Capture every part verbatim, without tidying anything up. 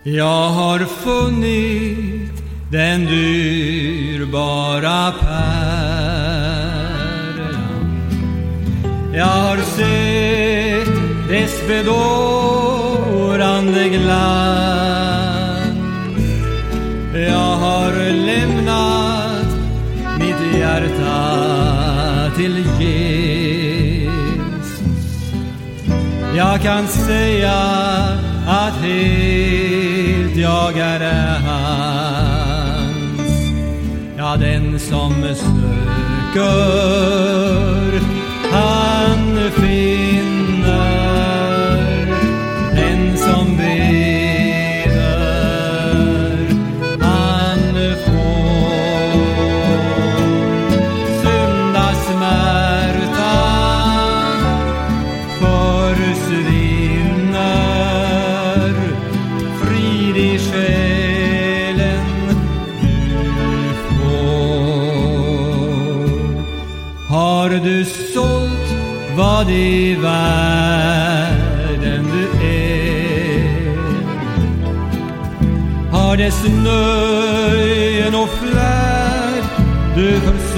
Jag har funnit den dyrbara pärlan. Jag har sett dess bedårande glans. Jag har lämnat mitt hjärta till Jesus. Jag kan säga att helt jag är hans. Ja, den som söker, han finner. Den som beder, han får. Syndasmärtan försvinner. Frid i själen du får. Har du sålt vad i världen du är? Har dess nöjen och flärd du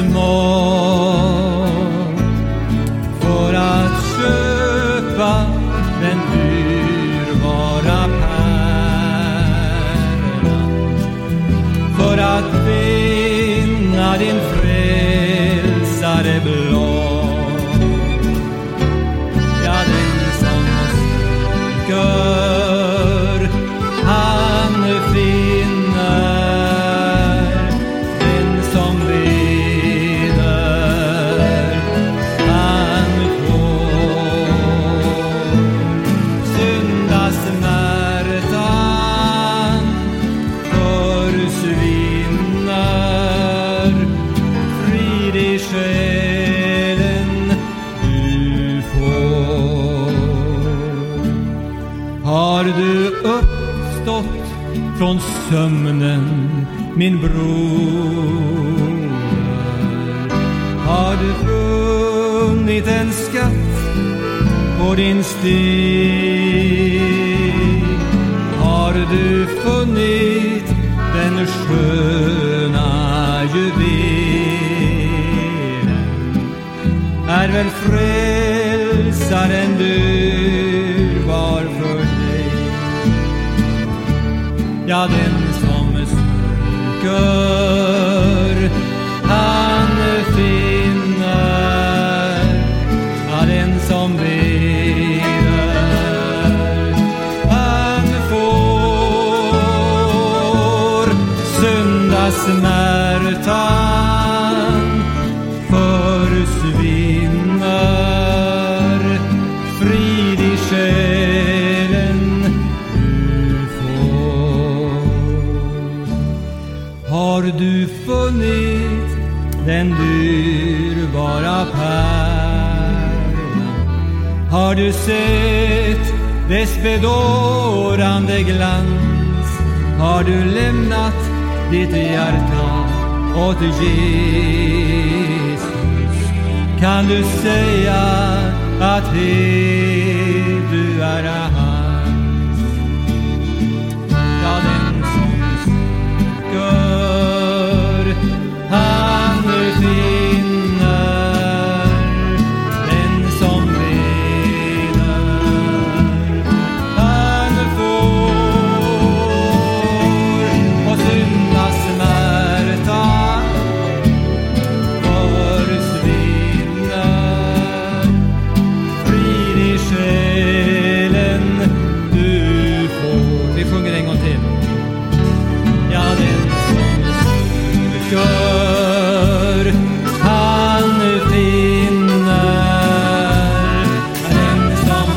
försmått för att köpa den dyrbara pärlan, för att vinna din frälsare blott? Ja, den som söker, han finner. Den som beder, han får. Syndasmärtan försvinner. Frid i själen du får. Har du uppstått från sömnen, min bror? Har du funnit en skatt på din stig? Har du funnit den sköna juvelen? Är väl frälsaren dyrbar för dig? Ja, den som söker, han finner. Ja, den som beder, han får. Syndasmärtan försvinner. Frid i själen du får. Har du funnit den dyrbara pärlan? Har du sett dess bedårande glans? Har du lämnat ditt hjärta åt Jesus? Kan du säga att helt du är hans? Ja, den som söker, han finner. Den som beder, han får. Och syndasmärtan försvinner. Frid i själen du får. Vi sjunger en gång till. Ja, den som söker, han finner. Den som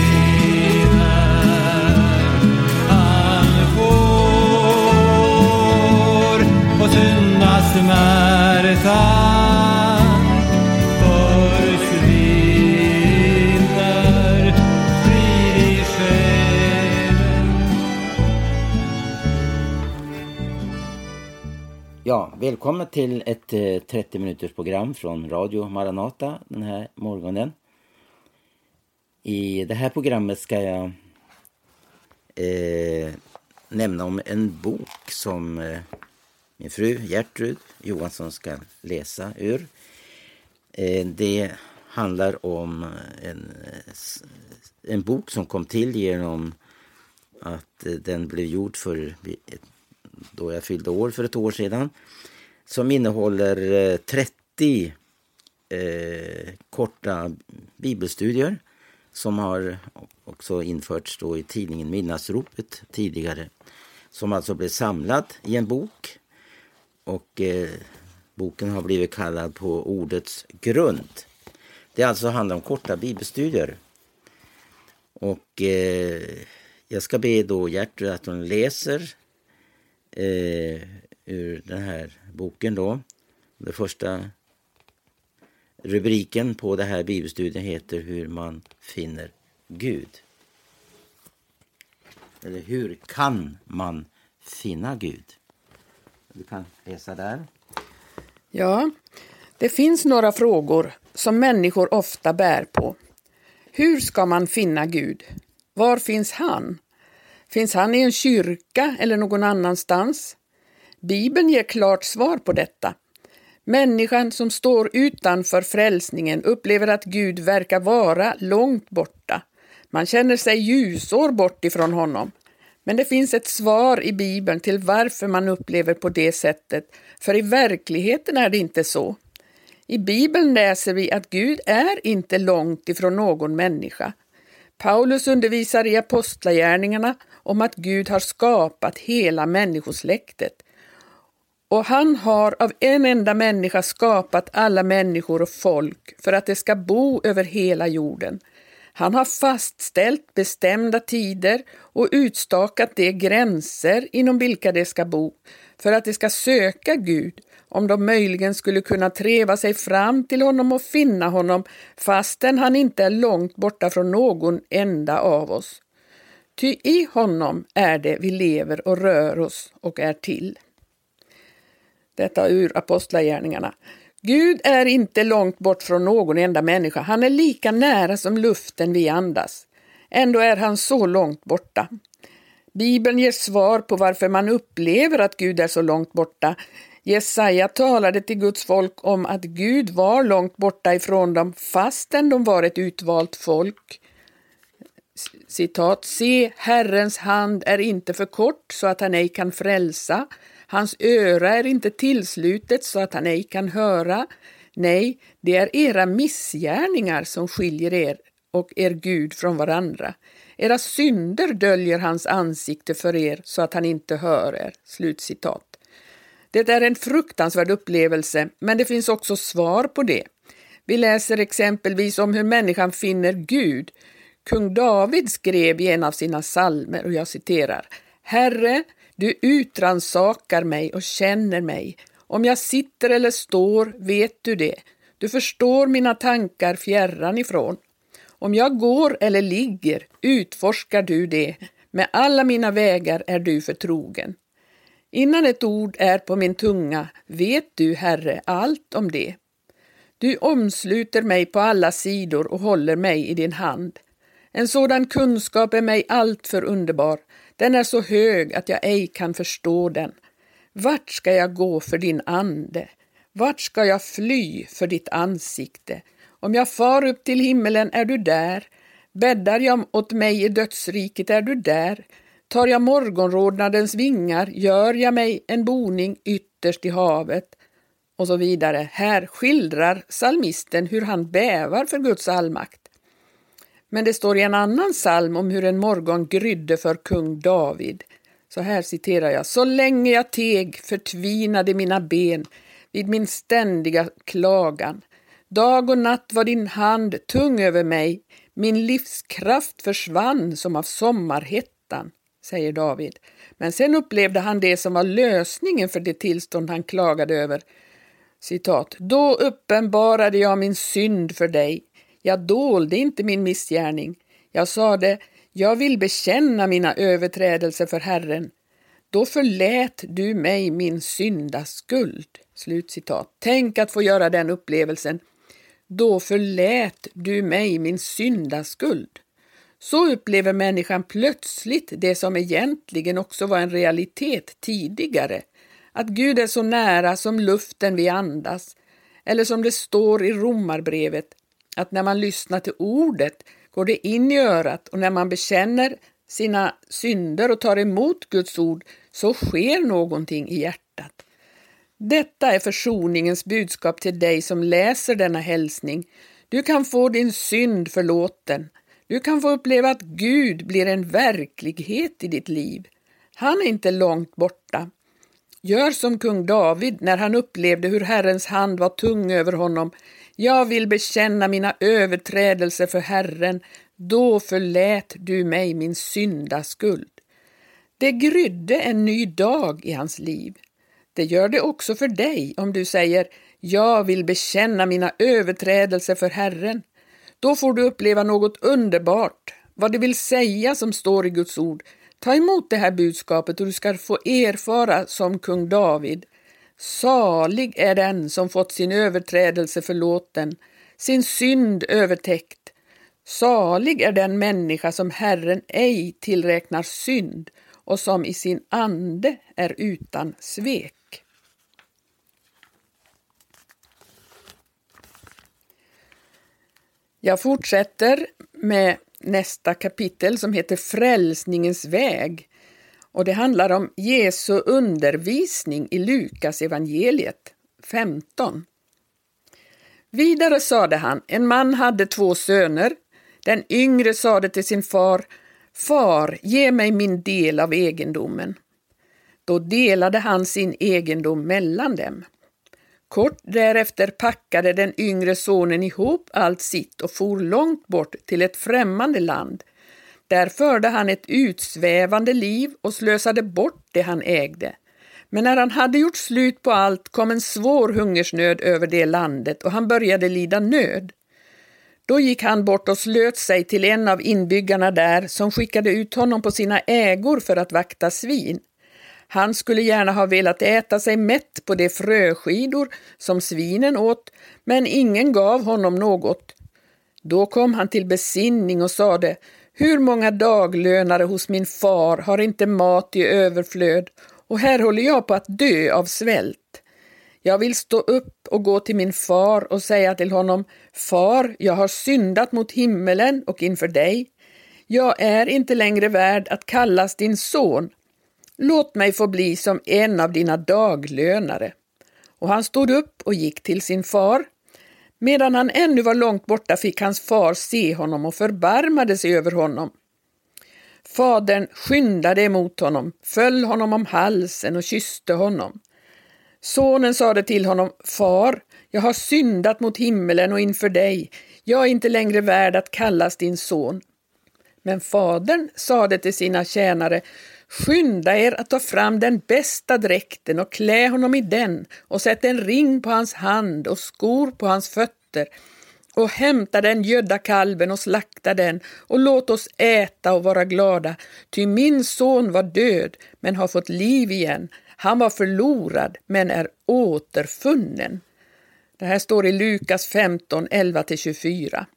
beder, han får. Och syndasmärtan försvinner. Frid i själen. Ja, välkomna till ett eh, trettio minuters program från Radio Maranata den här morgonen. I det här programmet ska jag eh, nämna om en bok som eh, min fru Gertrud Johansson ska läsa ur. Eh, det handlar om en, en bok som kom till genom att den blev gjord för då jag fyllde år för ett år sedan, som innehåller trettio eh, korta bibelstudier som har också införts då i tidningen Midnattsropet tidigare, som alltså blev samlad i en bok, och eh, boken har blivit kallad På ordets grund. Det alltså handlar om korta bibelstudier, och eh, jag ska be då Gertrud att hon läser eh, ur den här boken då. Den första rubriken på det här bibelstudien heter Hur man finner Gud. Eller hur kan man finna Gud? Du kan läsa där. Ja, det finns några frågor som människor ofta bär på. Hur ska man finna Gud? Var finns han? Finns han i en kyrka eller någon annanstans? Bibeln ger klart svar på detta. Människan som står utanför frälsningen upplever att Gud verkar vara långt borta. Man känner sig ljusår bort ifrån honom. Men det finns ett svar i Bibeln till varför man upplever på det sättet. För i verkligheten är det inte så. I Bibeln läser vi att Gud är inte långt ifrån någon människa. Paulus undervisar i apostlagärningarna om att Gud har skapat hela människosläktet. Och han har av en enda människa skapat alla människor och folk för att det ska bo över hela jorden. Han har fastställt bestämda tider och utstakat de gränser inom vilka de ska bo för att de ska söka Gud, om de möjligen skulle kunna treva sig fram till honom och finna honom fastän han inte är långt borta från någon enda av oss. Ty i honom är det vi lever och rör oss och är till. Detta ur apostlagärningarna. Gud är inte långt bort från någon enda människa. Han är lika nära som luften vi andas. Ändå är han så långt borta. Bibeln ger svar på varför man upplever att Gud är så långt borta. Jesaja talade till Guds folk om att Gud var långt borta ifrån dem fastän de var ett utvalt folk. Citat: Se, Herrens hand är inte för kort så att han ej kan frälsa. Hans öra är inte tillslutet så att han ej kan höra. Nej, det är era missgärningar som skiljer er och er Gud från varandra. Era synder döljer hans ansikte för er så att han inte hör er. Slutcitat. Det är en fruktansvärd upplevelse, men det finns också svar på det. Vi läser exempelvis om hur människan finner Gud. Kung David skrev i en av sina psalmer, och jag citerar: Herre, du utransakar mig och känner mig. Om jag sitter eller står vet du det. Du förstår mina tankar fjärran ifrån. Om jag går eller ligger utforskar du det. Med alla mina vägar är du förtrogen. Innan ett ord är på min tunga vet du, Herre, allt om det. Du omsluter mig på alla sidor och håller mig i din hand. En sådan kunskap är mig allt för underbar. Den är så hög att jag ej kan förstå den. Vart ska jag gå för din ande? Vart ska jag fly för ditt ansikte? Om jag far upp till himmelen är du där. Bäddar jag åt mig i dödsriket är du där. Tar jag morgonrodnadens vingar gör jag mig en boning ytterst i havet. Och så vidare. Här skildrar psalmisten hur han bävar för Guds allmakt. Men det står i en annan psalm om hur en morgon grydde för kung David. Så här citerar jag: Så länge jag teg förtvinade mina ben vid min ständiga klagan. Dag och natt var din hand tung över mig. Min livskraft försvann som av sommarhettan, säger David. Men sen upplevde han det som var lösningen för det tillstånd han klagade över. Citat: Då uppenbarade jag min synd för dig. Jag dolde inte min missgärning. Jag sade, jag vill bekänna mina överträdelser för Herren. Då förlät du mig min syndaskuld. Slutcitat. Tänk att få göra den upplevelsen. Då förlät du mig min syndaskuld. Så upplever människan plötsligt det som egentligen också var en realitet tidigare. Att Gud är så nära som luften vi andas. Eller som det står i Romarbrevet, att när man lyssnar till ordet går det in i örat, och när man bekänner sina synder och tar emot Guds ord så sker någonting i hjärtat. Detta är försoningens budskap till dig som läser denna hälsning. Du kan få din synd förlåten. Du kan få uppleva att Gud blir en verklighet i ditt liv. Han är inte långt borta. Gör som kung David när han upplevde hur Herrens hand var tung över honom. Jag vill bekänna mina överträdelser för Herren. Då förlät du mig min syndaskuld. Det grydde en ny dag i hans liv. Det gör det också för dig om du säger jag vill bekänna mina överträdelser för Herren. Då får du uppleva något underbart, vad det vill säga som står i Guds ord. Ta emot det här budskapet och du ska få erfara som kung David. Salig är den som fått sin överträdelse förlåten, sin synd övertäckt. Salig är den människa som Herren ej tillräknar synd och som i sin ande är utan svek. Jag fortsätter med nästa kapitel som heter Frälsningens väg. Och det handlar om Jesu undervisning i Lukas evangeliet femton. Vidare sade han, en man hade två söner. Den yngre sade till sin far, far, ge mig min del av egendomen. Då delade han sin egendom mellan dem. Kort därefter packade den yngre sonen ihop allt sitt och for långt bort till ett främmande land. Där förde han ett utsvävande liv och slösade bort det han ägde. Men när han hade gjort slut på allt kom en svår hungersnöd över det landet och han började lida nöd. Då gick han bort och slöt sig till en av inbyggarna där som skickade ut honom på sina ägor för att vakta svin. Han skulle gärna ha velat äta sig mätt på de fröskidor som svinen åt, men ingen gav honom något. Då kom han till besinning och sade, hur många daglönare hos min far har inte mat i överflöd, och här håller jag på att dö av svält. Jag vill stå upp och gå till min far och säga till honom, far, jag har syndat mot himmelen och inför dig. Jag är inte längre värd att kallas din son. Låt mig få bli som en av dina daglönare. Och han stod upp och gick till sin far. Medan han ännu var långt borta fick hans far se honom och förbarmade sig över honom. Fadern skyndade emot honom, föll honom om halsen och kysste honom. Sonen sade till honom, far, jag har syndat mot himmelen och inför dig. Jag är inte längre värd att kallas din son. Men fadern sade till sina tjänare, skynda er att ta fram den bästa dräkten och klä honom i den och sätt en ring på hans hand och skor på hans fötter och hämta den gödda kalven och slakta den och låt oss äta och vara glada. Ty min son var död men har fått liv igen. Han var förlorad men är återfunnen. Det här står i Lukas femton, elva till tjugofyra.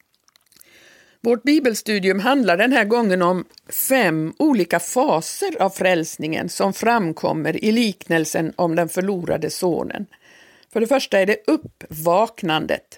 Vårt bibelstudium handlar den här gången om fem olika faser av frälsningen som framkommer i liknelsen om den förlorade sonen. För det första är det uppvaknandet.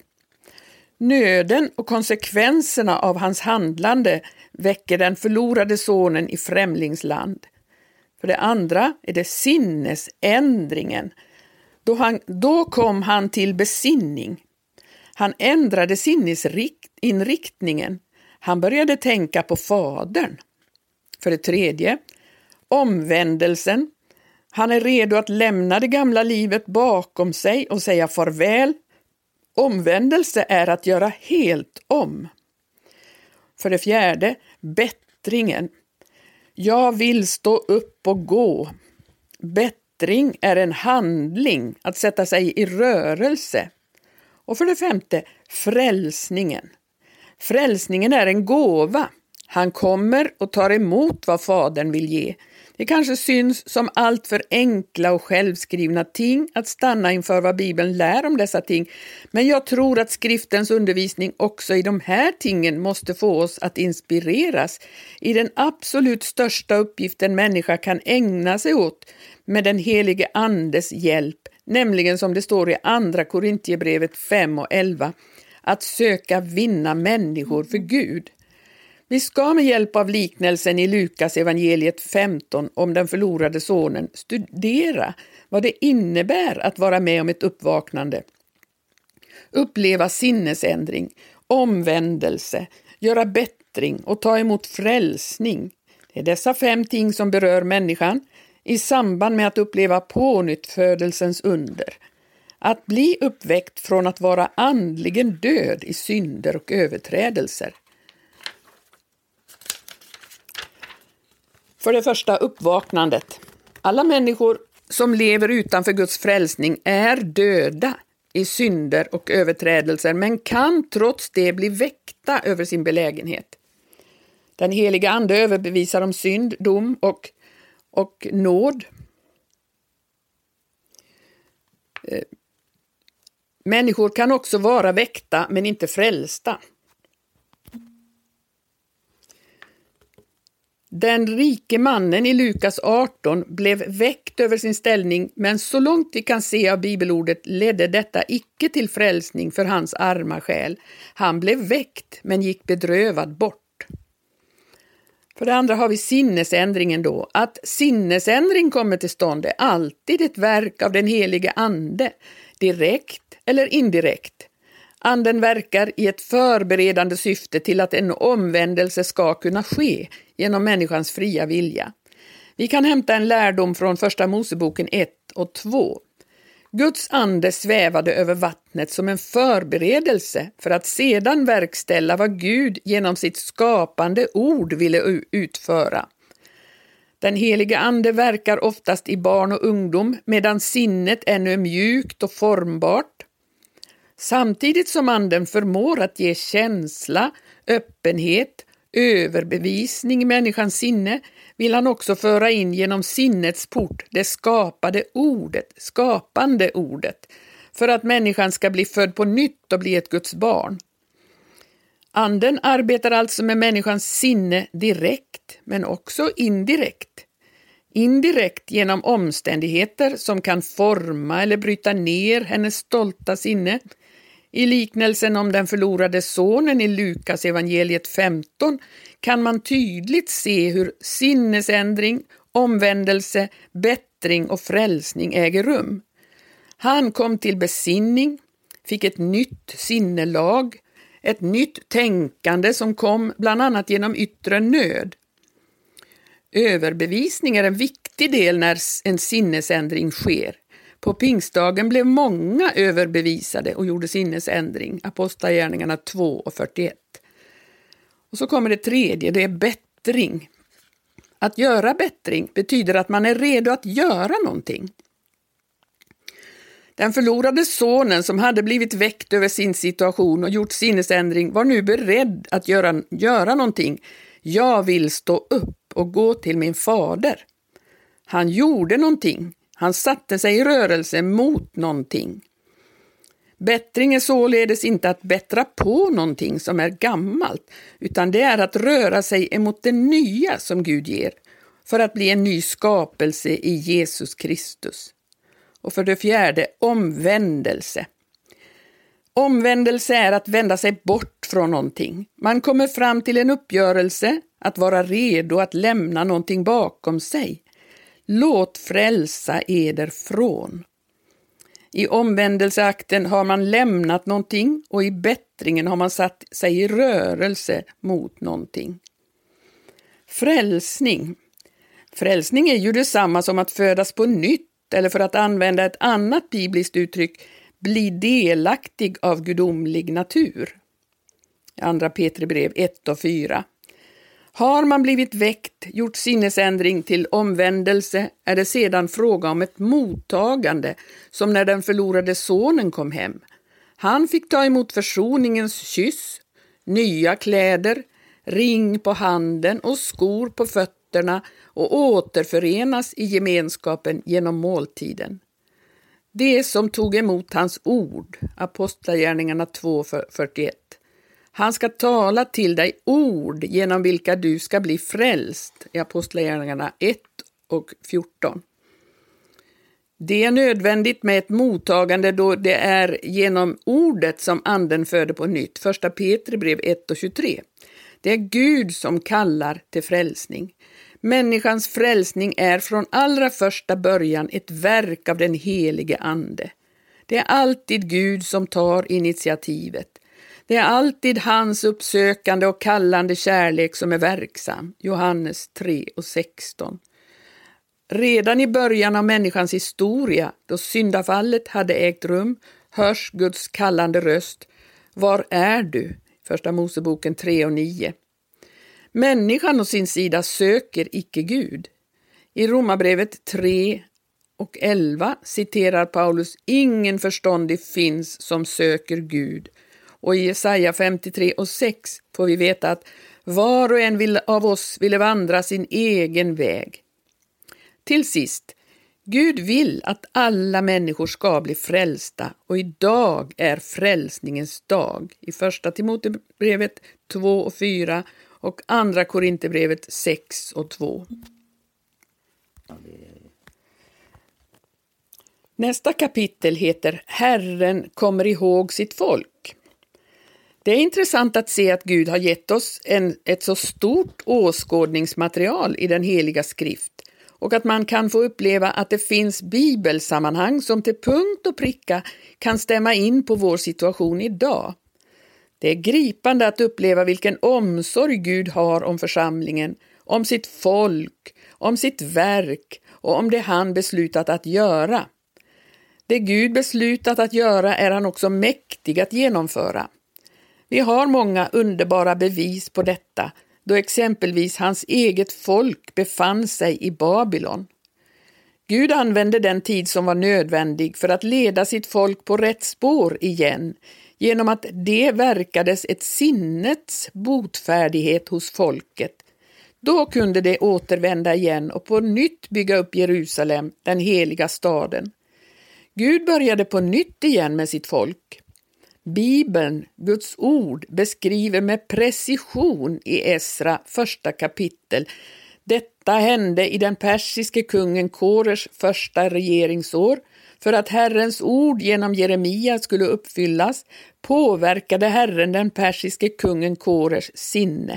Nöden och konsekvenserna av hans handlande väcker den förlorade sonen i främlingsland. För det andra är det sinnesändringen. Då, han, då kom han till besinning. Han ändrade sinnesinriktningen. Han började tänka på fadern. För det tredje, omvändelsen. Han är redo att lämna det gamla livet bakom sig och säga farväl. Omvändelse är att göra helt om. För det fjärde, bättringen. Jag vill stå upp och gå. Bättring är en handling, att sätta sig i rörelse. Och för det femte, frälsningen. Frälsningen är en gåva. Han kommer och tar emot vad fadern vill ge. Det kanske syns som allt för enkla och självskrivna ting att stanna inför vad Bibeln lär om dessa ting, men jag tror att skriftens undervisning också i de här tingen måste få oss att inspireras i den absolut största uppgiften människa kan ägna sig åt med den helige Andes hjälp, nämligen som det står i andra Korintierbrevet fem och elva, att söka vinna människor för Gud. Vi ska med hjälp av liknelsen i Lukas evangeliet femton om den förlorade sonen studera vad det innebär att vara med om ett uppvaknande. Uppleva sinnesändring, omvändelse, göra bättring och ta emot frälsning. Det är dessa fem ting som berör människan i samband med att uppleva pånyttfödelsens under. Att bli uppväckt från att vara andligen död i synder och överträdelser. För det första, uppvaknandet. Alla människor som lever utanför Guds frälsning är döda i synder och överträdelser, men kan trots det bli väckta över sin belägenhet. Den heliga ande överbevisar om synd, dom och, och nåd. Människor kan också vara väckta men inte frälsta. Den rike mannen i Lukas arton blev väckt över sin ställning, men så långt vi kan se av bibelordet ledde detta icke till frälsning för hans arma själ. Han blev väckt men gick bedrövad bort. För det andra har vi sinnesändringen då. Att sinnesändring kommer till stånd är alltid ett verk av den helige ande, direkt eller indirekt. Anden verkar i ett förberedande syfte till att en omvändelse ska kunna ske genom människans fria vilja. Vi kan hämta en lärdom från första Moseboken ett och två. Guds ande svävade över vattnet som en förberedelse för att sedan verkställa vad Gud genom sitt skapande ord ville utföra. Den heliga ande verkar oftast i barn och ungdom medan sinnet ännu är mjukt och formbart. Samtidigt som anden förmår att ge känsla, öppenhet, överbevisning i människans sinne vill han också föra in genom sinnets port det skapade ordet, skapande ordet, för att människan ska bli född på nytt och bli ett Guds barn. Anden arbetar alltså med människans sinne direkt, men också indirekt. Indirekt genom omständigheter som kan forma eller bryta ner hennes stolta sinne. I liknelsen om den förlorade sonen i Lukas evangeliet femton kan man tydligt se hur sinnesändring, omvändelse, bättring och frälsning äger rum. Han kom till besinning, fick ett nytt sinnelag, ett nytt tänkande som kom bland annat genom yttre nöd. Överbevisning är en viktig del när en sinnesändring sker. På pingstdagen blev många överbevisade och gjorde sinnesändring. Apostlagärningarna två och fyrtioett. Och så kommer det tredje, det är bättring. Att göra bättring betyder att man är redo att göra någonting. Den förlorade sonen som hade blivit väckt över sin situation och gjort sinnesändring var nu beredd att göra, göra någonting. Jag vill stå upp och gå till min fader. Han gjorde någonting. Han satte sig i rörelse mot någonting. Bättring är således inte att bättra på någonting som är gammalt, utan det är att röra sig emot det nya som Gud ger, för att bli en ny skapelse i Jesus Kristus. Och för det fjärde, omvändelse. Omvändelse är att vända sig bort från någonting. Man kommer fram till en uppgörelse, att vara redo att lämna någonting bakom sig. Låt frälsa eder från. I omvändelseakten har man lämnat någonting och i bättringen har man satt sig i rörelse mot någonting. Frälsning. Frälsning är ju detsamma som att födas på nytt, eller för att använda ett annat bibliskt uttryck, bli delaktig av gudomlig natur. Andra Petribrev ett och fyra. Har man blivit väckt, gjort sinnesändring till omvändelse, är det sedan fråga om ett mottagande, som när den förlorade sonen kom hem. Han fick ta emot försoningens kyss, nya kläder, ring på handen och skor på fötterna och återförenas i gemenskapen genom måltiden. Det som tog emot hans ord, Apostlagärningarna två fyrtioett. Han ska tala till dig ord genom vilka du ska bli frälst, i Apostlagärningarna ett och fjorton. Det är nödvändigt med ett mottagande då det är genom ordet som anden föder på nytt. Första Petri brev ett och tjugotre. Det är Gud som kallar till frälsning. Människans frälsning är från allra första början ett verk av den helige ande. Det är alltid Gud som tar initiativet. Det är alltid hans uppsökande och kallande kärlek som är verksam. Johannes tre och sexton. Redan i början av människans historia, då syndafallet hade ägt rum, hörs Guds kallande röst. Var är du? Första Moseboken tre och nio. Människan å sin sida söker icke Gud. I Romarbrevet tre och elva citerar Paulus: ingen förståndig finns som söker Gud. Och i Jesaja femtiotre och sex får vi veta att var och en vill, av oss ville vandra sin egen väg. Till sist, Gud vill att alla människor ska bli frälsta, och idag är frälsningens dag. I första Timoteusbrevet två och fyra och andra Korinthierbrevet sex och två. Nästa kapitel heter Herren kommer ihåg sitt folk. Det är intressant att se att Gud har gett oss en, ett så stort åskådningsmaterial i den heliga skrift, och att man kan få uppleva att det finns bibelsammanhang som till punkt och pricka kan stämma in på vår situation idag. Det är gripande att uppleva vilken omsorg Gud har om församlingen, om sitt folk, om sitt verk och om det han beslutat att göra. Det Gud beslutat att göra är han också mäktig att genomföra. Vi har många underbara bevis på detta, då exempelvis hans eget folk befann sig i Babylon. Gud använde den tid som var nödvändig för att leda sitt folk på rätt spår igen, genom att det verkades ett sinnets botfärdighet hos folket. Då kunde det återvända igen och på nytt bygga upp Jerusalem, den heliga staden. Gud började på nytt igen med sitt folk. Bibeln, Guds ord, beskriver med precision i Esra första kapitel. Detta hände i den persiske kungen Kores första regeringsår. För att Herrens ord genom Jeremia skulle uppfyllas påverkade Herren den persiske kungen Kores sinne.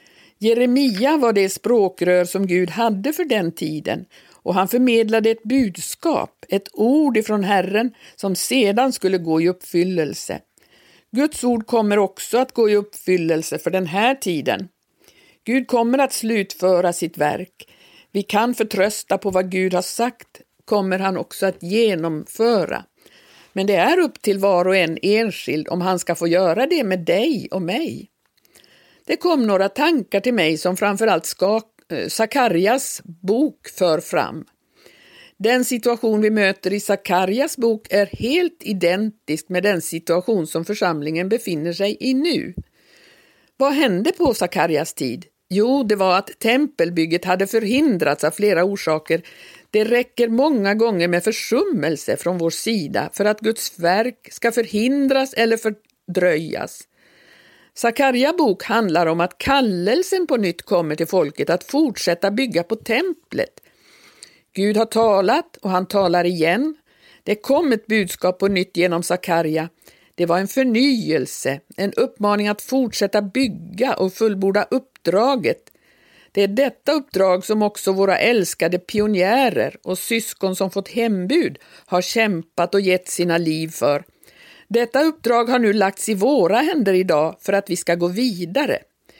Jeremia var det språkrör som Gud hade för den tiden, och han förmedlade ett budskap, ett ord ifrån Herren som sedan skulle gå i uppfyllelse. Guds ord kommer också att gå i uppfyllelse för den här tiden. Gud kommer att slutföra sitt verk. Vi kan förtrösta på vad Gud har sagt, kommer han också att genomföra. Men det är upp till var och en enskild om han ska få göra det med dig och mig. Det kom några tankar till mig som framförallt ska, eh, Sakarjas bok för fram. Den situation vi möter i Sakarjas bok är helt identisk med den situation som församlingen befinner sig i nu. Vad hände på Sakarjas tid? Jo, det var att tempelbygget hade förhindrats av flera orsaker. Det räcker många gånger med försummelse från vår sida för att Guds verk ska förhindras eller fördröjas. Sakarja bok handlar om att kallelsen på nytt kommer till folket att fortsätta bygga på templet. Gud har talat och han talar igen. Det kom ett budskap på nytt genom Sakarja. Det var en förnyelse, en uppmaning att fortsätta bygga och fullborda uppdraget. Det är detta uppdrag som också våra älskade pionjärer och syskon som fått hembud har kämpat och gett sina liv för. Detta uppdrag har nu lagts i våra händer idag för att vi ska gå vidare.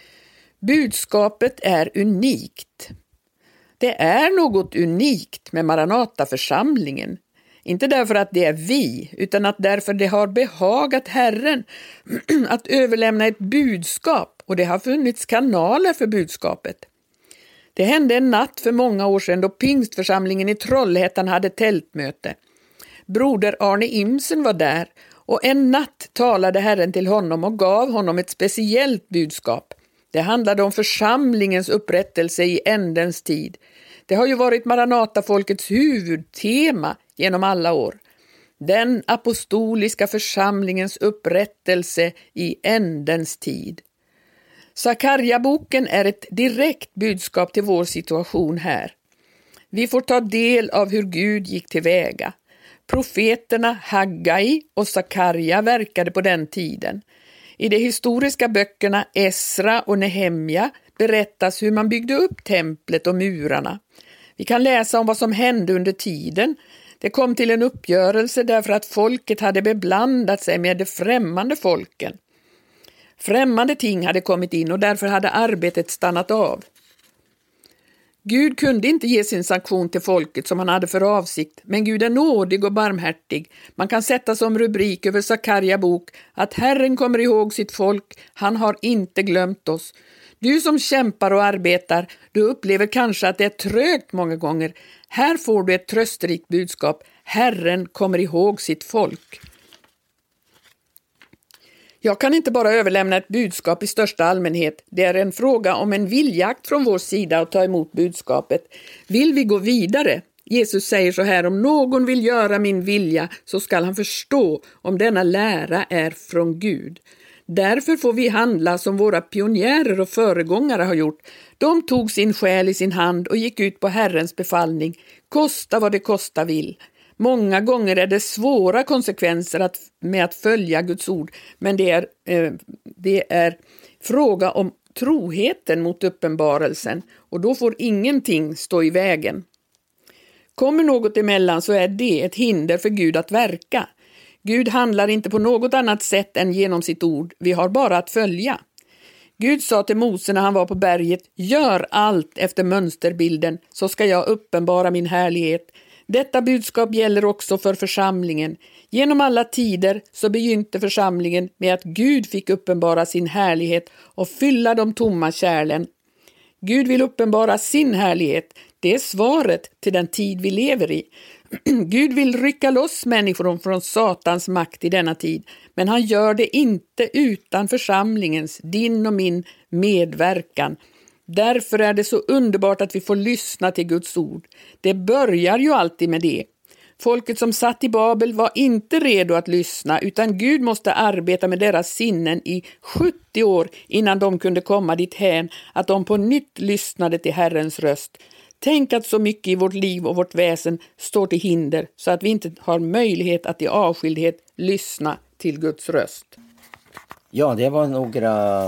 Budskapet är unikt. Det är något unikt med Maranataförsamlingen. Inte därför att det är vi, utan att därför det har behagat Herren att överlämna ett budskap, och det har funnits kanaler för budskapet. Det hände en natt för många år sedan då pingstförsamlingen i Trollhättan hade tältmöte. Broder Arne Imsen var där, och en natt talade Herren till honom och gav honom ett speciellt budskap. Det handlade om församlingens upprättelse i ändens tid. Det har ju varit Maranata-folkets huvudtema genom alla år. Den apostoliska församlingens upprättelse i ändens tid. Sakarja-boken är ett direkt budskap till vår situation här. Vi får ta del av hur Gud gick tillväga. Profeterna Haggai och Sakarja verkade på den tiden. I de historiska böckerna Esra och Nehemja berättas hur man byggde upp templet och murarna. Vi kan läsa om vad som hände under tiden. Det kom till en uppgörelse därför att folket hade beblandat sig med de främmande folken. Främmande ting hade kommit in och därför hade arbetet stannat av. Gud kunde inte ge sin sanktion till folket som han hade för avsikt, men Gud är nådig och barmhärtig. Man kan sätta som rubrik över Sakarja bok att Herren kommer ihåg sitt folk, han har inte glömt oss. Du som kämpar och arbetar, du upplever kanske att det är trögt många gånger. Här får du ett trösterikt budskap. Herren kommer ihåg sitt folk. Jag kan inte bara överlämna ett budskap i största allmänhet. Det är en fråga om en viljakt från vår sida att ta emot budskapet. Vill vi gå vidare? Jesus säger så här: om någon vill göra min vilja så skall han förstå om denna lära är från Gud. Därför får vi handla som våra pionjärer och föregångare har gjort. De tog sin själ i sin hand och gick ut på Herrens befallning. Kosta vad det kosta vill. Många gånger är det svåra konsekvenser att, med att följa Guds ord, men det är, eh, det är fråga om troheten mot uppenbarelsen, och då får ingenting stå i vägen. Kommer något emellan så är det ett hinder för Gud att verka. Gud handlar inte på något annat sätt än genom sitt ord, vi har bara att följa. Gud sa till Mose när han var på berget: gör allt efter mönsterbilden, så ska jag uppenbara min härlighet. Detta budskap gäller också för församlingen. Genom alla tider så begynte församlingen med att Gud fick uppenbara sin härlighet och fylla de tomma kärlen. Gud vill uppenbara sin härlighet. Det är svaret till den tid vi lever i. Gud vill rycka loss människor från Satans makt i denna tid, men han gör det inte utan församlingens, din och min medverkan. Därför är det så underbart att vi får lyssna till Guds ord. Det börjar ju alltid med det. Folket som satt i Babel var inte redo att lyssna, utan Gud måste arbeta med deras sinnen i sjuttio år innan de kunde komma dit hän att de på nytt lyssnade till Herrens röst. Tänk att så mycket i vårt liv och vårt väsen står till hinder så att vi inte har möjlighet att i avskildhet lyssna till Guds röst. Ja, det var några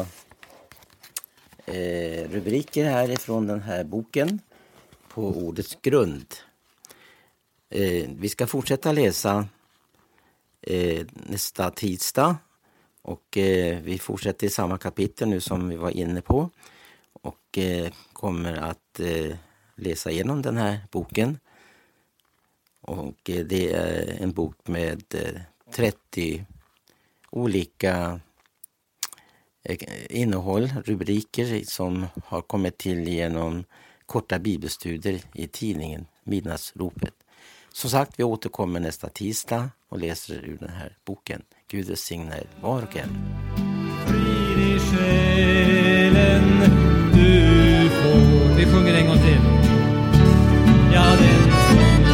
eh, rubriker härifrån den här boken på ordets grund. Eh, vi ska fortsätta läsa eh, nästa tisdag, och eh, vi fortsätter i samma kapitel nu som vi var inne på, och eh, kommer att eh, läsa igenom den här boken. Och eh, det är en bok med eh, trettio olika eh, innehåll, rubriker som har kommit till genom korta bibelstudier i tidningen Midnattsropet. Som sagt, vi återkommer nästa tisdag och läser ur den här boken. Gud välsigne er var och en. Frid i själen du får. Vi sjunger en gång till. Ja, den som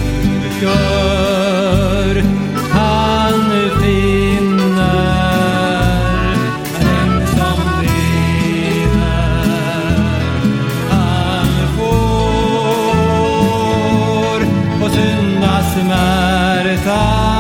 söker, han finner. Den som vinner, han får. Och syndas smärta